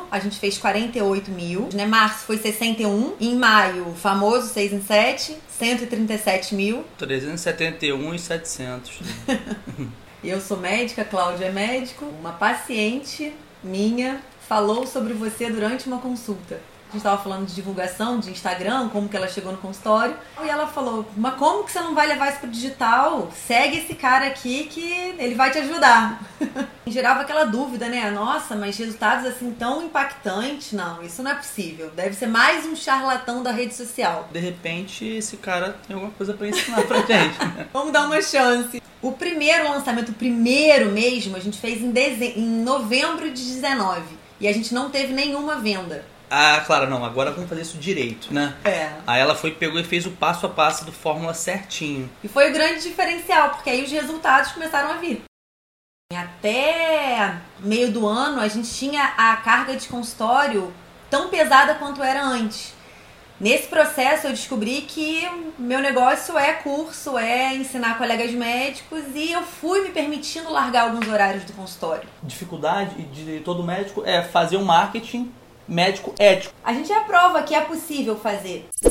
a gente fez 48 mil, né? Março foi 61, em maio, o famoso 6 em 7, 137 mil. 371.700. Eu sou médica, Cláudia é médico. Uma paciente minha falou sobre você durante uma consulta. A gente estava falando de divulgação, de Instagram, como que ela chegou no consultório. E ela falou, mas como que você não vai levar isso pro digital? Segue esse cara aqui que ele vai te ajudar. Gerava aquela dúvida, né? Nossa, mas resultados assim tão impactantes? Não, isso não é possível. Deve ser mais um charlatão da rede social. De repente, esse cara tem alguma coisa para ensinar pra gente, né? Vamos dar uma chance. O primeiro lançamento, o primeiro mesmo, a gente fez em novembro de 19. E a gente não teve nenhuma venda. Ah, claro, não. Agora vamos fazer isso direito, né? É. Aí ela pegou e fez o passo a passo do fórmula certinho. E foi o grande diferencial, porque aí os resultados começaram a vir. Até meio do ano, a gente tinha a carga de consultório tão pesada quanto era antes. Nesse processo, eu descobri que meu negócio é curso, é ensinar colegas médicos, e eu fui me permitindo largar alguns horários do consultório. Dificuldade de todo médico é fazer um marketing médico ético. A gente aprova que é possível fazer.